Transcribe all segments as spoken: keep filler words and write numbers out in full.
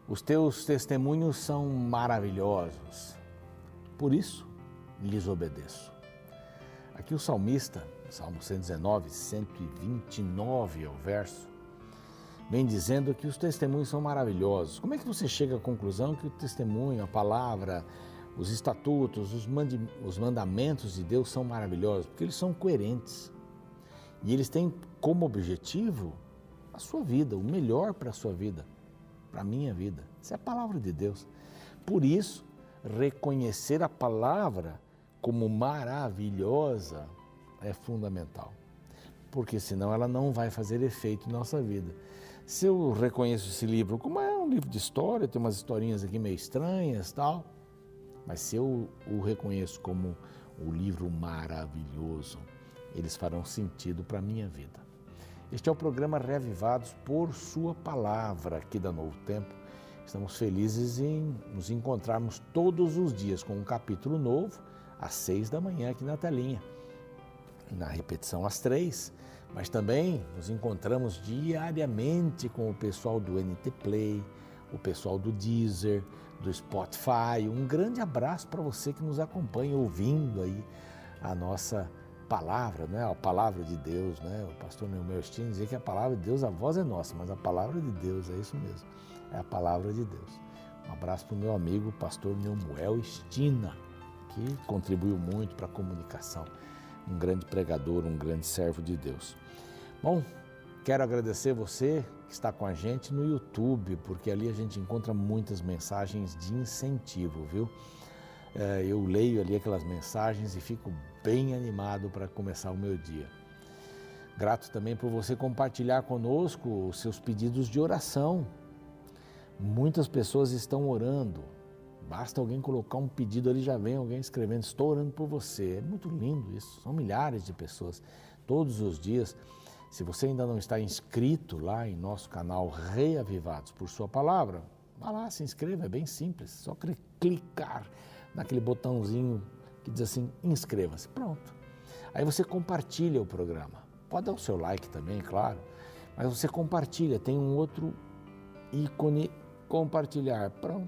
Os teus testemunhos são maravilhosos, por isso lhes obedeço. Aqui o salmista, Salmo cento e dezenove, cento e vinte e nove é o verso, vem dizendo que os testemunhos são maravilhosos. Como é que você chega à conclusão que o testemunho, a palavra, os estatutos, os, mandi- os mandamentos de Deus são maravilhosos? Porque eles são coerentes e eles têm como objetivo a sua vida, o melhor para a sua vida, para a minha vida. Isso é a palavra de Deus. Por isso, reconhecer a palavra como maravilhosa é fundamental, porque senão ela não vai fazer efeito em nossa vida. Se eu reconheço esse livro como é um livro de história, tem umas historinhas aqui meio estranhas e tal, mas se eu o reconheço como o livro maravilhoso, eles farão sentido para a minha vida. Este é o programa Reavivados por Sua Palavra, aqui da Novo Tempo. Estamos felizes em nos encontrarmos todos os dias com um capítulo novo, às seis da manhã aqui na telinha, na repetição às três, mas também nos encontramos diariamente com o pessoal do N T Play, o pessoal do Deezer, do Spotify. Um grande abraço para você que nos acompanha ouvindo aí a nossa palavra, né? A palavra de Deus, né? O pastor Neumel Steen dizia que a palavra de Deus, a voz é nossa, mas a palavra de Deus, é isso mesmo, é a palavra de Deus. Um abraço para o meu amigo, pastor Neumel Steen, que contribuiu muito para a comunicação. Um grande pregador, um grande servo de Deus. Bom, quero agradecer você que está com a gente no YouTube, porque ali a gente encontra muitas mensagens de incentivo, viu? É, eu leio ali aquelas mensagens e fico bem animado para começar o meu dia. Grato também por você compartilhar conosco os seus pedidos de oração. Muitas pessoas estão orando. Basta alguém colocar um pedido ali, já vem alguém escrevendo, estou orando por você. É muito lindo isso, são milhares de pessoas todos os dias. Se você ainda não está inscrito lá em nosso canal Reavivados por Sua Palavra, vá lá, se inscreva, é bem simples, só clicar naquele botãozinho que diz assim, inscreva-se, pronto. Aí você compartilha o programa, pode dar o seu like também, claro, mas você compartilha, tem um outro ícone, compartilhar, pronto.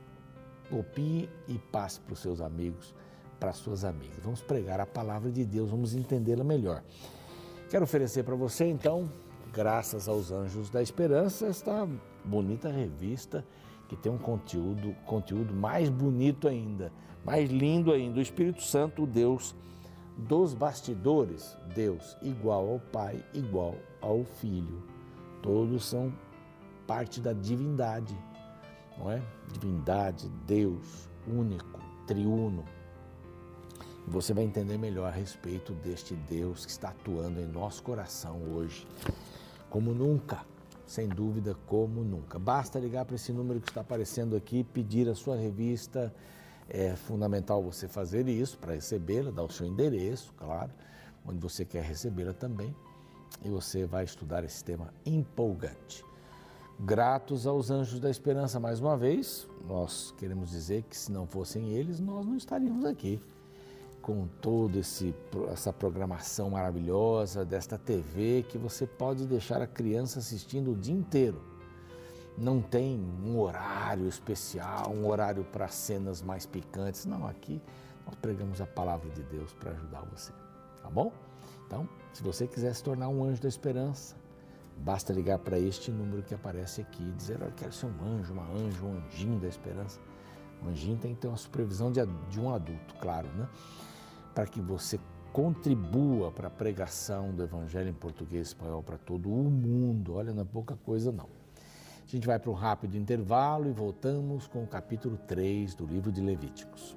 Copie e passe para os seus amigos, para as suas amigas. Vamos pregar a palavra de Deus, vamos entendê-la melhor. Quero oferecer para você, então, graças aos Anjos da Esperança, esta bonita revista que tem um conteúdo, conteúdo mais bonito ainda, mais lindo ainda. O Espírito Santo, o Deus dos bastidores, Deus igual ao Pai, igual ao Filho. Todos são parte da divindade. Não é? Divindade, Deus, único, triuno. Você vai entender melhor a respeito deste Deus que está atuando em nosso coração hoje, como nunca, sem dúvida, como nunca. Basta ligar para esse número que está aparecendo aqui, pedir a sua revista. É fundamental você fazer isso para recebê-la, dar o seu endereço, claro, onde você quer recebê-la também, e você vai estudar esse tema empolgante. Gratos aos Anjos da Esperança mais uma vez, nós queremos dizer que se não fossem eles, nós não estaríamos aqui com toda essa programação maravilhosa desta T V que você pode deixar a criança assistindo o dia inteiro. Não tem um horário especial, um horário para cenas mais picantes, não, aqui nós pregamos a palavra de Deus para ajudar você, tá bom? Então, se você quiser se tornar um anjo da esperança, basta ligar para este número que aparece aqui e dizer, eu quero ser um anjo, uma anja, um anjinho da esperança. Um anjinho tem que ter uma supervisão de, de um adulto, claro, né? Para que você contribua para a pregação do Evangelho em português e espanhol para todo o mundo. Olha, não é pouca coisa não. A gente vai para um rápido intervalo e voltamos com o capítulo três do livro de Levíticos.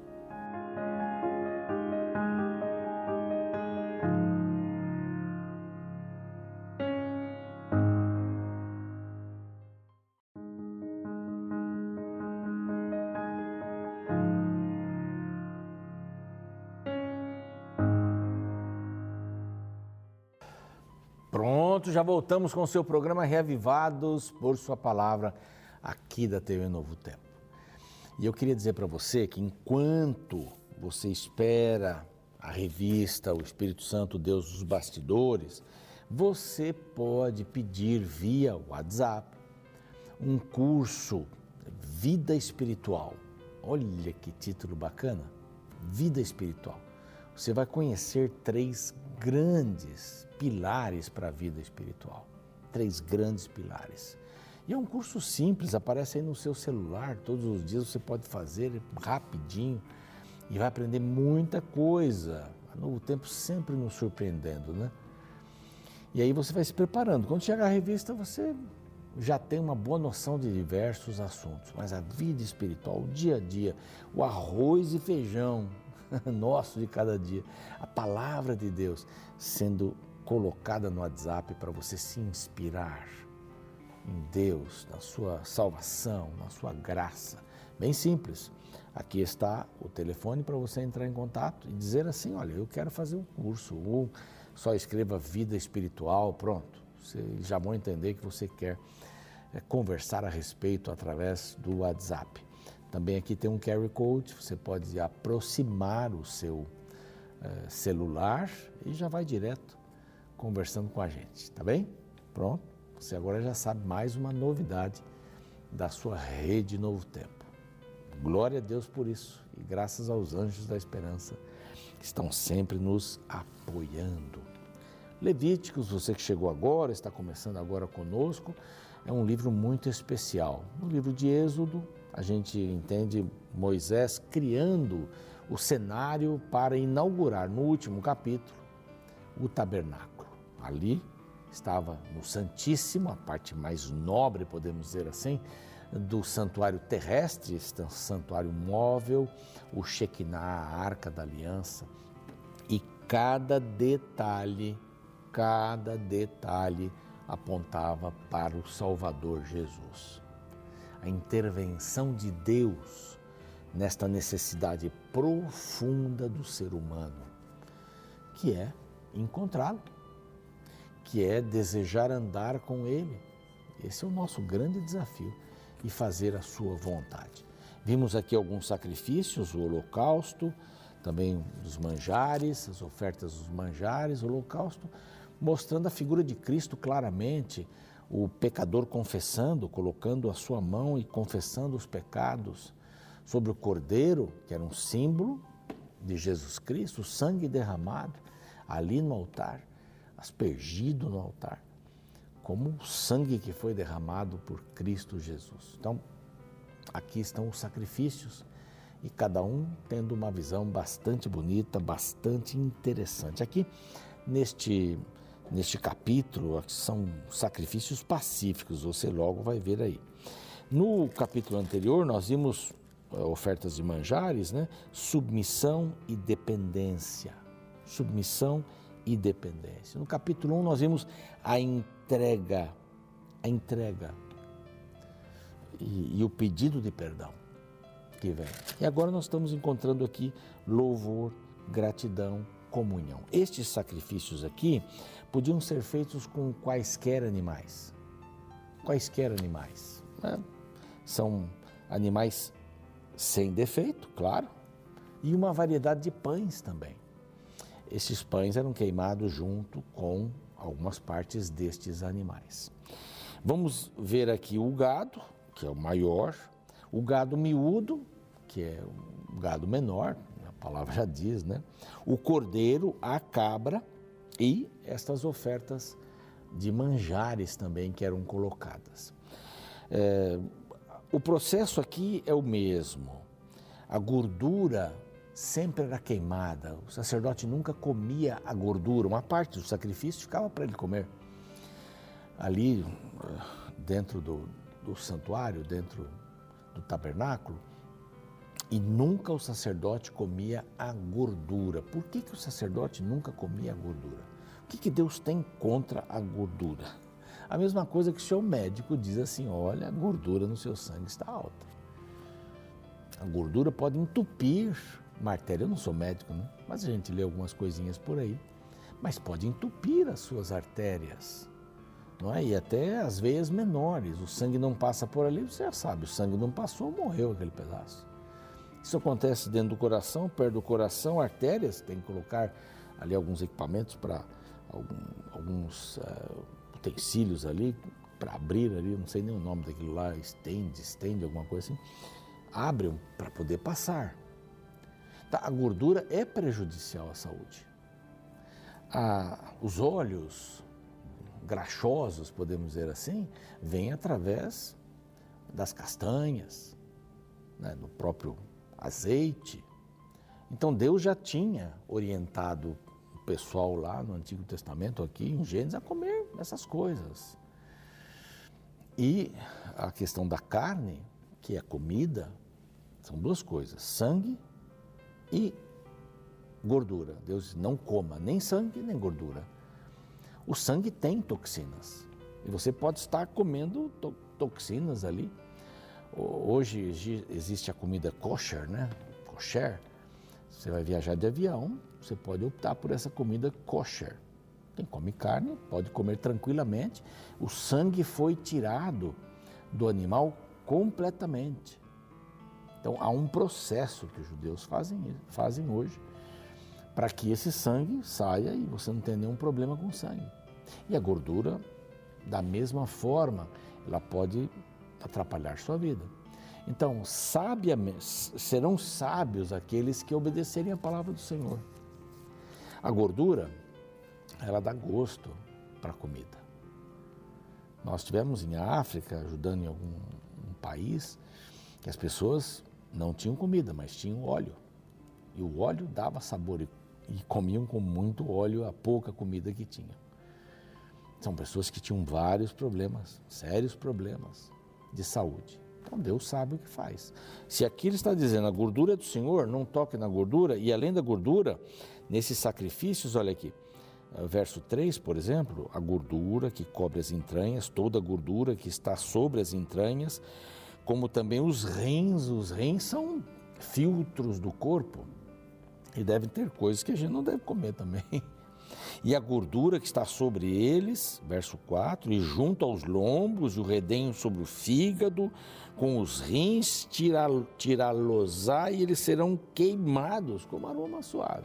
Pronto, já voltamos com o seu programa Reavivados por Sua Palavra, aqui da T V Novo Tempo. E eu queria dizer para você que enquanto você espera a revista, o Espírito Santo, Deus dos Bastidores, você pode pedir via WhatsApp um curso Vida Espiritual. Olha que título bacana, Vida Espiritual. Você vai conhecer três grandes pilares para a vida espiritual. Três grandes pilares. E é um curso simples, aparece aí no seu celular, todos os dias você pode fazer rapidinho e vai aprender muita coisa. A Novo Tempo sempre nos surpreendendo, né? E aí você vai se preparando. Quando chegar a revista, você já tem uma boa noção de diversos assuntos. Mas a vida espiritual, o dia a dia, o arroz e feijão nosso de cada dia, a palavra de Deus sendo colocada no WhatsApp para você se inspirar em Deus, na sua salvação, na sua graça. Bem simples. Aqui está o telefone para você entrar em contato e dizer assim, olha, eu quero fazer um curso, ou só escreva Vida Espiritual, pronto. Vocês já vão entender que você quer é, conversar a respeito através do WhatsApp. Também aqui tem um Q R Code, você pode aproximar o seu é, celular e já vai direto conversando com a gente, tá bem? Pronto, você agora já sabe mais uma novidade da sua rede Novo Tempo. Glória a Deus por isso e graças aos anjos da esperança que estão sempre nos apoiando. Levíticos, você que chegou agora, está começando agora conosco, é um livro muito especial. No livro de Êxodo, a gente entende Moisés criando o cenário para inaugurar no último capítulo o tabernáculo. Ali estava no Santíssimo, a parte mais nobre, podemos dizer assim, do santuário terrestre, este santuário móvel, o Shekinah, a Arca da Aliança, e cada detalhe, cada detalhe apontava para o Salvador Jesus. A intervenção de Deus nesta necessidade profunda do ser humano, que é encontrá-lo, que é desejar andar com Ele. Esse é o nosso grande desafio e fazer a sua vontade. Vimos aqui alguns sacrifícios, o holocausto, também os manjares, as ofertas dos manjares, o holocausto, mostrando a figura de Cristo claramente, o pecador confessando, colocando a sua mão e confessando os pecados sobre o cordeiro, que era um símbolo de Jesus Cristo, o sangue derramado ali no altar, aspergido no altar, como o sangue que foi derramado por Cristo Jesus. Então, aqui estão os sacrifícios e cada um tendo uma visão bastante bonita, bastante interessante. Aqui, neste, neste capítulo, são sacrifícios pacíficos, você logo vai ver aí. No capítulo anterior, nós vimos ofertas de manjares, né? Submissão e dependência. Submissão e dependência. No capítulo um, nós vimos a entrega, a entrega e, e o pedido de perdão que vem. E agora nós estamos encontrando aqui louvor, gratidão, comunhão. Estes sacrifícios aqui podiam ser feitos com quaisquer animais. Quaisquer animais. Né? São animais sem defeito, claro, e uma variedade de pães também. Esses pães eram queimados junto com algumas partes destes animais. Vamos ver aqui o gado, que é o maior, o gado miúdo, que é o gado menor, a palavra já diz, né? O cordeiro, a cabra e estas ofertas de manjares também que eram colocadas. É, o processo aqui é o mesmo. A gordura sempre era queimada, o sacerdote nunca comia a gordura, uma parte do sacrifício ficava para ele comer. Ali, dentro do, do santuário, dentro do tabernáculo, e nunca o sacerdote comia a gordura. Por que, que o sacerdote nunca comia a gordura? O que, que Deus tem contra a gordura? A mesma coisa que o seu médico diz assim, olha, a gordura no seu sangue está alta. A gordura pode entupir uma artéria. Eu não sou médico, né? Mas a gente lê algumas coisinhas por aí. Mas pode entupir as suas artérias, não é? E até as veias menores. O sangue não passa por ali, você já sabe, o sangue não passou, morreu aquele pedaço. Isso acontece dentro do coração, perto do coração, artérias, tem que colocar ali alguns equipamentos para algum, alguns uh, utensílios ali, para abrir ali, não sei nem o nome daquilo lá, estende, estende, alguma coisa assim, abre para poder passar. Tá, a gordura é prejudicial à saúde. Ah, os óleos graxosos, podemos dizer assim, vêm através das castanhas, né, do próprio azeite. Então Deus já tinha orientado o pessoal lá no Antigo Testamento, aqui em Gênesis, a comer essas coisas. E a questão da carne, que é comida, são duas coisas, sangue e gordura. Deus diz, não coma nem sangue nem gordura. O sangue tem toxinas e você pode estar comendo to toxinas ali. Hoje existe a comida kosher, né? Kosher. Você vai viajar de avião, você pode optar por essa comida kosher. Quem come carne pode comer tranquilamente. O sangue foi tirado do animal completamente. Então há um processo que os judeus fazem, fazem hoje para que esse sangue saia e você não tenha nenhum problema com o sangue. E a gordura, da mesma forma, ela pode atrapalhar sua vida. Então, sabiamente, serão sábios aqueles que obedecerem a palavra do Senhor. A gordura, ela dá gosto para a comida. Nós estivemos em África, ajudando em algum um país, que as pessoas não tinham comida, mas tinham óleo. E o óleo dava sabor e, e comiam com muito óleo a pouca comida que tinham. São pessoas que tinham vários problemas, sérios problemas de saúde. Então Deus sabe o que faz. Se aqui ele está dizendo a gordura é do Senhor, não toque na gordura, e além da gordura, nesses sacrifícios, olha aqui, verso três, por exemplo, a gordura que cobre as entranhas, toda a gordura que está sobre as entranhas, como também os rins, os rins são filtros do corpo e devem ter coisas que a gente não deve comer também. E a gordura que está sobre eles, verso quatro, e junto aos lombos, e o redenho sobre o fígado, com os rins, tirá-los-á, e eles serão queimados como aroma suave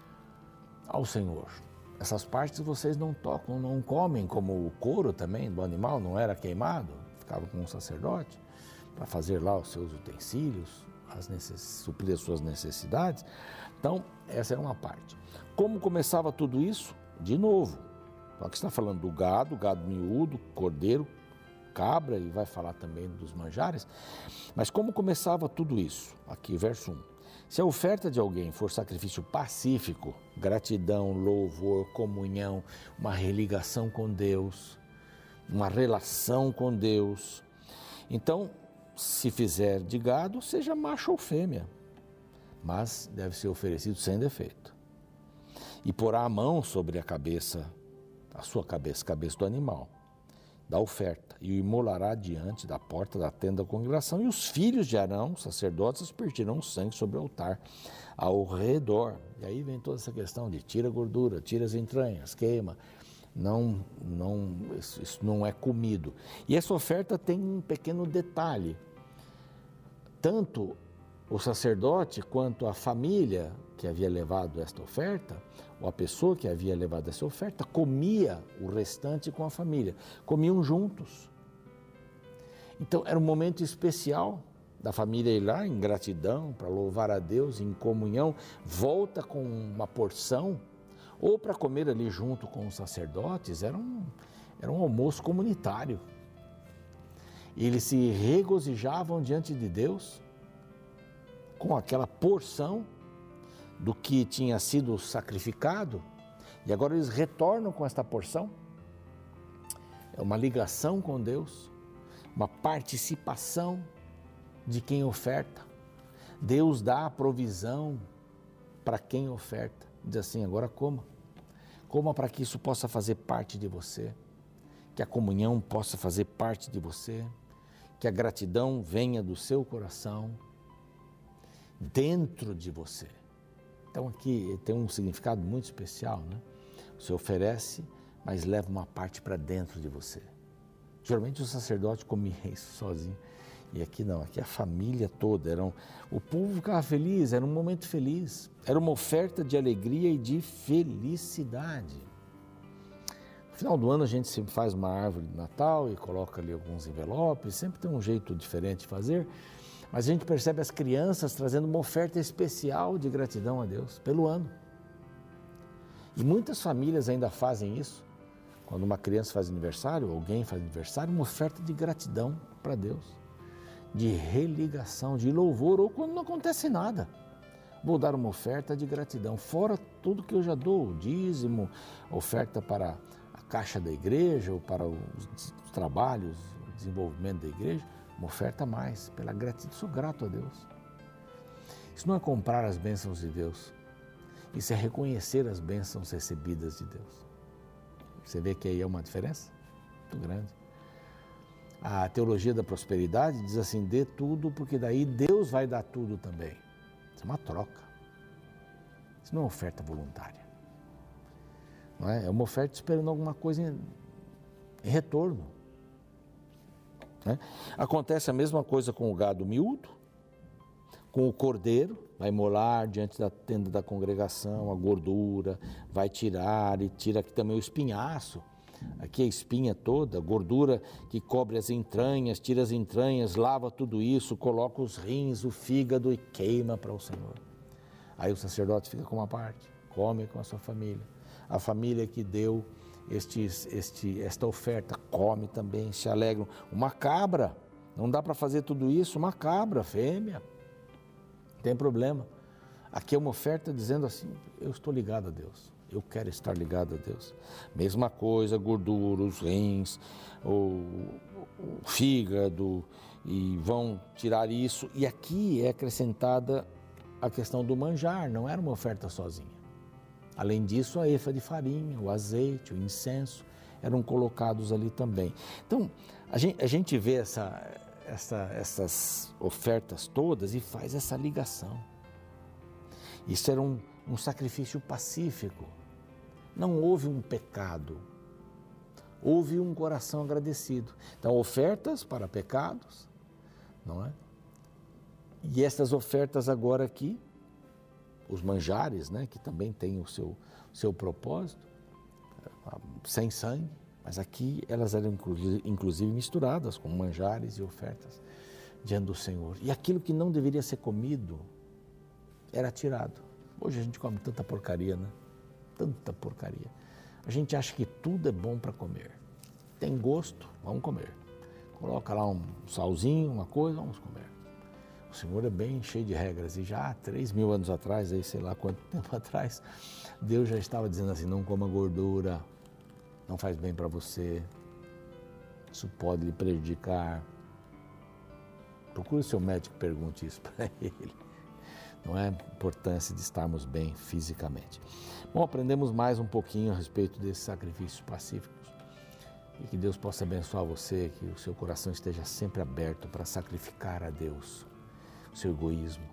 ao Senhor. Essas partes vocês não tocam, não comem, como o couro também do animal não era queimado, ficava com um sacerdote para fazer lá os seus utensílios, as necess... suprir as suas necessidades. Então, essa era uma parte. Como começava tudo isso? De novo, aqui está falando do gado, gado miúdo, cordeiro, cabra, e vai falar também dos manjares. Mas como começava tudo isso? Aqui, verso um. Se a oferta de alguém for sacrifício pacífico, gratidão, louvor, comunhão, uma religação com Deus, uma relação com Deus, então, se fizer de gado, seja macho ou fêmea, mas deve ser oferecido sem defeito. E porá a mão sobre a cabeça, a sua cabeça, a cabeça do animal, da oferta, e o imolará diante da porta da tenda da congregação, e os filhos de Arão, sacerdotes, aspergirão sangue sobre o altar ao redor. E aí vem toda essa questão de tira a gordura, tira as entranhas, queima. Não, não, isso, isso não é comido. E essa oferta tem um pequeno detalhe. Tanto o sacerdote quanto a família que havia levado esta oferta, ou a pessoa que havia levado essa oferta, comia o restante com a família. Comiam juntos. Então era um momento especial da família ir lá em gratidão, para louvar a Deus, em comunhão, volta com uma porção, ou para comer ali junto com os sacerdotes. Era um, era um almoço comunitário. Eles se regozijavam diante de Deus com aquela porção do que tinha sido sacrificado, e agora eles retornam com esta porção. É uma ligação com Deus, uma participação de quem oferta. Deus dá a provisão para quem oferta. Diz assim, agora coma. Coma para que isso possa fazer parte de você, que a comunhão possa fazer parte de você, que a gratidão venha do seu coração, dentro de você. Então aqui tem um significado muito especial, né? Você oferece, mas leva uma parte para dentro de você. Geralmente o sacerdote comia isso sozinho, e aqui não, aqui a família toda, era um, o povo ficava feliz, era um momento feliz, era uma oferta de alegria e de felicidade. final do ano a gente sempre faz uma árvore de Natal e coloca ali alguns envelopes, sempre tem um jeito diferente de fazer, mas a gente percebe as crianças trazendo uma oferta especial de gratidão a Deus pelo ano. E muitas famílias ainda fazem isso. Quando uma criança faz aniversário, alguém faz aniversário, uma oferta de gratidão para Deus, de religação, de louvor, ou quando não acontece nada. Vou dar uma oferta de gratidão, fora tudo que eu já dou, dízimo, oferta para a caixa da igreja, ou para os trabalhos, o desenvolvimento da igreja, uma oferta a mais, pela gratidão. Sou grato a Deus. Isso não é comprar as bênçãos de Deus, isso é reconhecer as bênçãos recebidas de Deus. Você vê que aí é uma diferença muito grande. A teologia da prosperidade diz assim, dê tudo, porque daí Deus vai dar tudo também. Isso é uma troca. Isso não é uma oferta voluntária. Não é? É uma oferta esperando alguma coisa em, em retorno. Né? Acontece a mesma coisa com o gado miúdo, com o cordeiro, vai molar diante da tenda da congregação, a gordura, vai tirar e tira aqui também o espinhaço, aqui a espinha toda, a gordura que cobre as entranhas, tira as entranhas, lava tudo isso, coloca os rins, o fígado e queima para o Senhor. Aí o sacerdote fica com uma parte, come com a sua família. A família que deu este, este, esta oferta come também, se alegram. Uma cabra, não dá para fazer tudo isso, uma cabra, fêmea. Tem problema. Aqui é uma oferta dizendo assim, eu estou ligado a Deus, eu quero estar ligado a Deus. Mesma coisa, gordura, os rins, o, o fígado, e vão tirar isso. E aqui é acrescentada a questão do manjar, não era uma oferta sozinha. Além disso, a efa de farinha, o azeite, o incenso, eram colocados ali também. Então, a gente, a gente vê essa... Essa, essas ofertas todas e faz essa ligação. Isso era um, um sacrifício pacífico. Não houve um pecado, houve um coração agradecido. Então, ofertas para pecados, não é? E essas ofertas agora aqui, os manjares, né, que também têm o seu, seu propósito, sem sangue. Mas aqui elas eram inclusive misturadas com manjares e ofertas diante do Senhor. E aquilo que não deveria ser comido era tirado. Hoje a gente come tanta porcaria, né? Tanta porcaria. A gente acha que tudo é bom para comer. Tem gosto, vamos comer. Coloca lá um salzinho, uma coisa, vamos comer. O Senhor é bem cheio de regras. E já há três mil anos atrás, aí sei lá quanto tempo atrás, Deus já estava dizendo assim, não coma gordura, não faz bem para você, isso pode lhe prejudicar. Procure o seu médico e pergunte isso para ele. Não é a importância de estarmos bem fisicamente. Bom, aprendemos mais um pouquinho a respeito desses sacrifícios pacíficos e que Deus possa abençoar você, que o seu coração esteja sempre aberto para sacrificar a Deus o seu egoísmo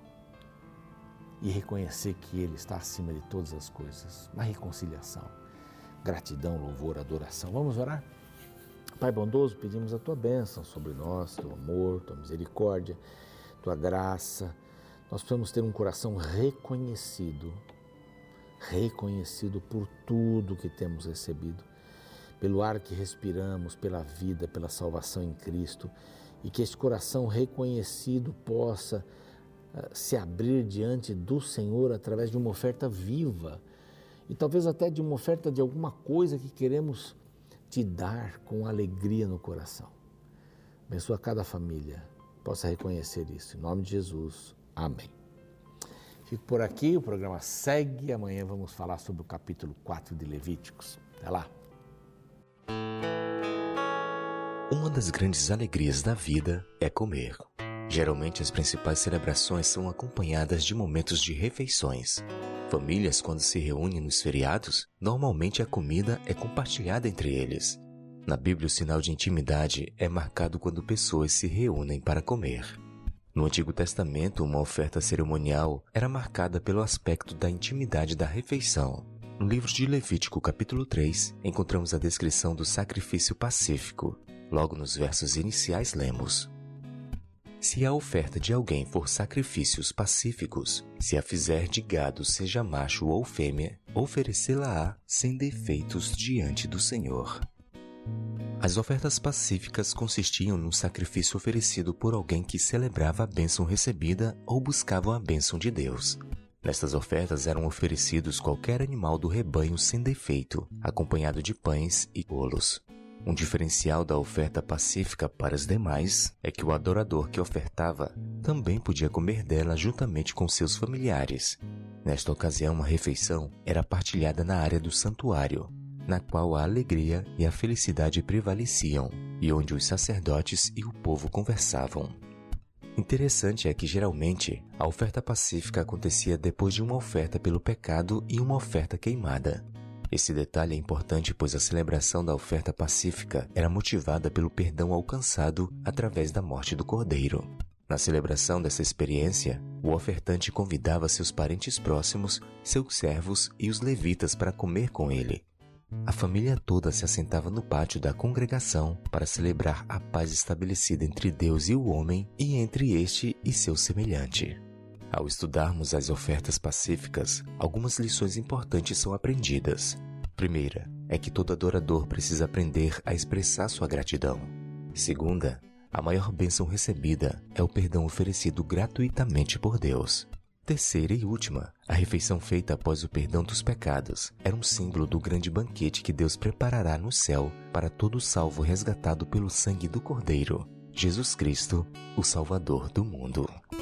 e reconhecer que Ele está acima de todas as coisas, na reconciliação. Gratidão, louvor, adoração. Vamos orar? Pai bondoso, pedimos a Tua bênção sobre nós, Teu amor, Tua misericórdia, Tua graça. Nós precisamos ter um coração reconhecido, reconhecido por tudo que temos recebido, pelo ar que respiramos, pela vida, pela salvação em Cristo, e que esse coração reconhecido possa uh, se abrir diante do Senhor através de uma oferta viva, e talvez até de uma oferta de alguma coisa que queremos te dar com alegria no coração. Abençoa cada família, possa reconhecer isso. Em nome de Jesus, amém. Fico por aqui, o programa segue. Amanhã vamos falar sobre o capítulo quatro de Levíticos. Até lá. Uma das grandes alegrias da vida é comer. Geralmente as principais celebrações são acompanhadas de momentos de refeições. Famílias, quando se reúnem nos feriados, normalmente a comida é compartilhada entre eles. Na Bíblia, o sinal de intimidade é marcado quando pessoas se reúnem para comer. No Antigo Testamento, uma oferta cerimonial era marcada pelo aspecto da intimidade da refeição. No livro de Levítico, capítulo três, encontramos a descrição do sacrifício pacífico. Logo nos versos iniciais lemos: se a oferta de alguém for sacrifícios pacíficos, se a fizer de gado seja macho ou fêmea, oferecê-la-á sem defeitos diante do Senhor. As ofertas pacíficas consistiam num sacrifício oferecido por alguém que celebrava a bênção recebida ou buscava a bênção de Deus. Nestas ofertas eram oferecidos qualquer animal do rebanho sem defeito, acompanhado de pães e bolos. Um diferencial da oferta pacífica para as demais é que o adorador que ofertava também podia comer dela juntamente com seus familiares. Nesta ocasião, a refeição era partilhada na área do santuário, na qual a alegria e a felicidade prevaleciam, e onde os sacerdotes e o povo conversavam. Interessante é que, geralmente, a oferta pacífica acontecia depois de uma oferta pelo pecado e uma oferta queimada. Esse detalhe é importante pois a celebração da oferta pacífica era motivada pelo perdão alcançado através da morte do cordeiro. Na celebração dessa experiência, o ofertante convidava seus parentes próximos, seus servos e os levitas para comer com ele. A família toda se assentava no pátio da congregação para celebrar a paz estabelecida entre Deus e o homem e entre este e seu semelhante. Ao estudarmos as ofertas pacíficas, algumas lições importantes são aprendidas. Primeira, é que todo adorador precisa aprender a expressar sua gratidão. Segunda, a maior bênção recebida é o perdão oferecido gratuitamente por Deus. Terceira e última, a refeição feita após o perdão dos pecados era um símbolo do grande banquete que Deus preparará no céu para todo salvo resgatado pelo sangue do Cordeiro, Jesus Cristo, o Salvador do mundo.